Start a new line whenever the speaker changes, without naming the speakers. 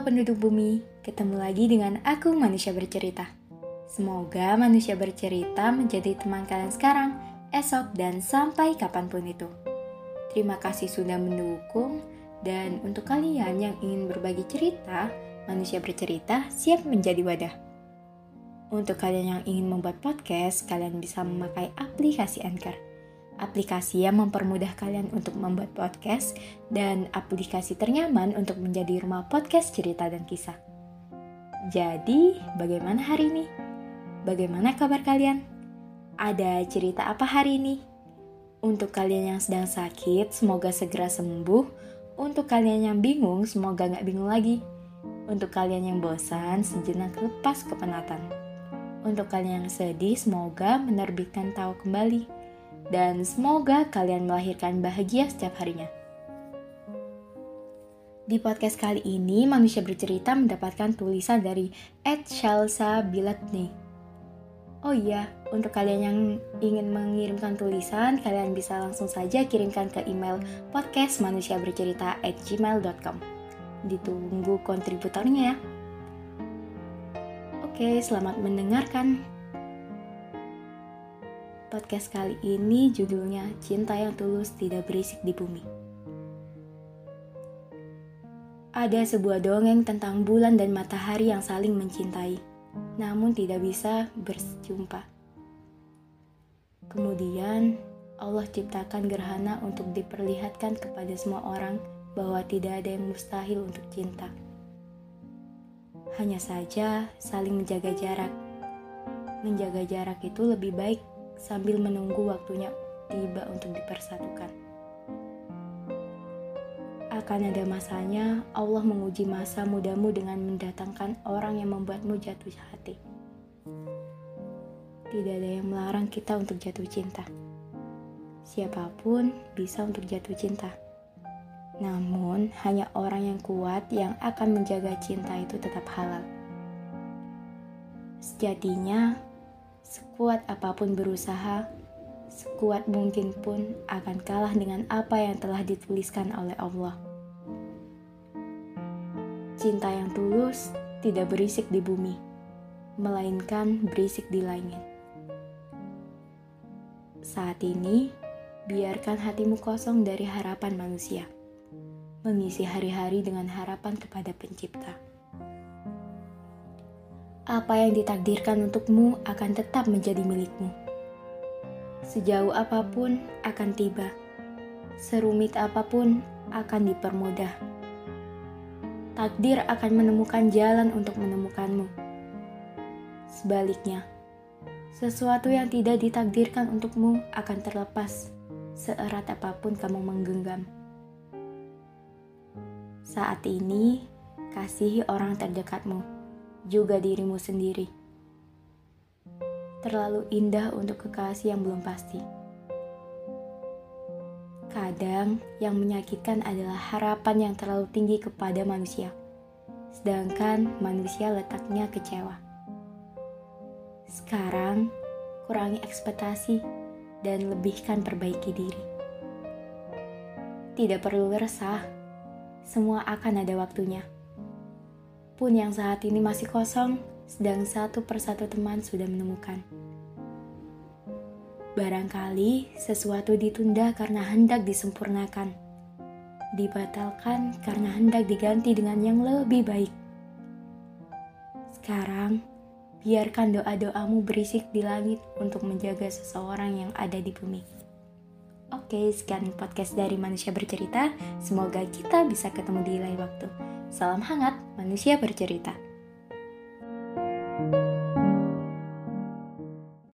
penduduk bumi, ketemu lagi dengan aku Manusia Bercerita. Semoga Manusia Bercerita menjadi teman kalian sekarang, esok, dan sampai kapanpun itu. Terima kasih sudah mendukung, dan untuk kalian yang ingin berbagi cerita, Manusia Bercerita siap menjadi wadah. Untuk kalian yang ingin membuat podcast, kalian bisa memakai aplikasi Anchor. Aplikasi yang mempermudah kalian untuk membuat podcast dan aplikasi ternyaman untuk menjadi rumah podcast cerita dan kisah. Jadi, bagaimana hari ini? Bagaimana kabar kalian? Ada cerita apa hari ini? Untuk kalian yang sedang sakit, semoga segera sembuh. Untuk kalian yang bingung, semoga gak bingung lagi. Untuk kalian yang bosan, sejenak lepas kepenatan. Untuk kalian yang sedih, semoga menerbitkan tawa kembali. Dan semoga kalian melahirkan bahagia setiap harinya. Di podcast kali ini, Manusia Bercerita mendapatkan tulisan dari @shalsabilatni. Oh iya, untuk kalian yang ingin mengirimkan tulisan, kalian bisa langsung saja kirimkan ke email podcastmanusiabercerita@gmail.com. Ditunggu kontributornya ya. Oke, selamat mendengarkan. Podcast kali ini judulnya Cinta yang Tulus Tidak Berisik di Bumi. Ada sebuah dongeng tentang bulan dan matahari yang saling mencintai, namun tidak bisa berjumpa. Kemudian Allah ciptakan gerhana untuk diperlihatkan kepada semua orang bahwa tidak ada yang mustahil untuk cinta. Hanya saja saling menjaga jarak. Menjaga jarak itu lebih baik sambil menunggu waktunya tiba untuk dipersatukan. Akan ada masanya Allah menguji masa mudamu dengan mendatangkan orang yang membuatmu jatuh hati. Tidak ada yang melarang kita untuk jatuh cinta. Siapapun bisa untuk jatuh cinta. Namun, hanya orang yang kuat yang akan menjaga cinta itu tetap halal. Sejatinya, sekuat apapun berusaha, sekuat mungkin pun akan kalah dengan apa yang telah dituliskan oleh Allah. Cinta yang tulus tidak berisik di bumi, melainkan berisik di langit. Saat ini, biarkan hatimu kosong dari harapan manusia, mengisi hari-hari dengan harapan kepada Pencipta. Apa yang ditakdirkan untukmu akan tetap menjadi milikmu. Sejauh apapun akan tiba. Serumit apapun akan dipermudah. Takdir akan menemukan jalan untuk menemukanmu. Sebaliknya, sesuatu yang tidak ditakdirkan untukmu akan terlepas seerat apapun kamu menggenggam. Saat ini, kasihi orang terdekatmu, juga dirimu sendiri. Terlalu indah untuk kekasih yang belum pasti. Kadang yang menyakitkan adalah harapan yang terlalu tinggi kepada manusia, sedangkan manusia letaknya kecewa. Sekarang, kurangi ekspektasi dan lebihkan perbaiki diri. Tidak perlu resah, semua akan ada waktunya. Pun yang saat ini masih kosong, sedang satu persatu teman sudah menemukan. Barangkali sesuatu ditunda karena hendak disempurnakan, dibatalkan karena hendak diganti dengan yang lebih baik. Sekarang, biarkan doa-doamu berisik di langit untuk menjaga seseorang yang ada di bumi. Oke, sekian podcast dari Manusia Bercerita. Semoga kita bisa ketemu di lain waktu. Salam hangat, Manusia Bercerita.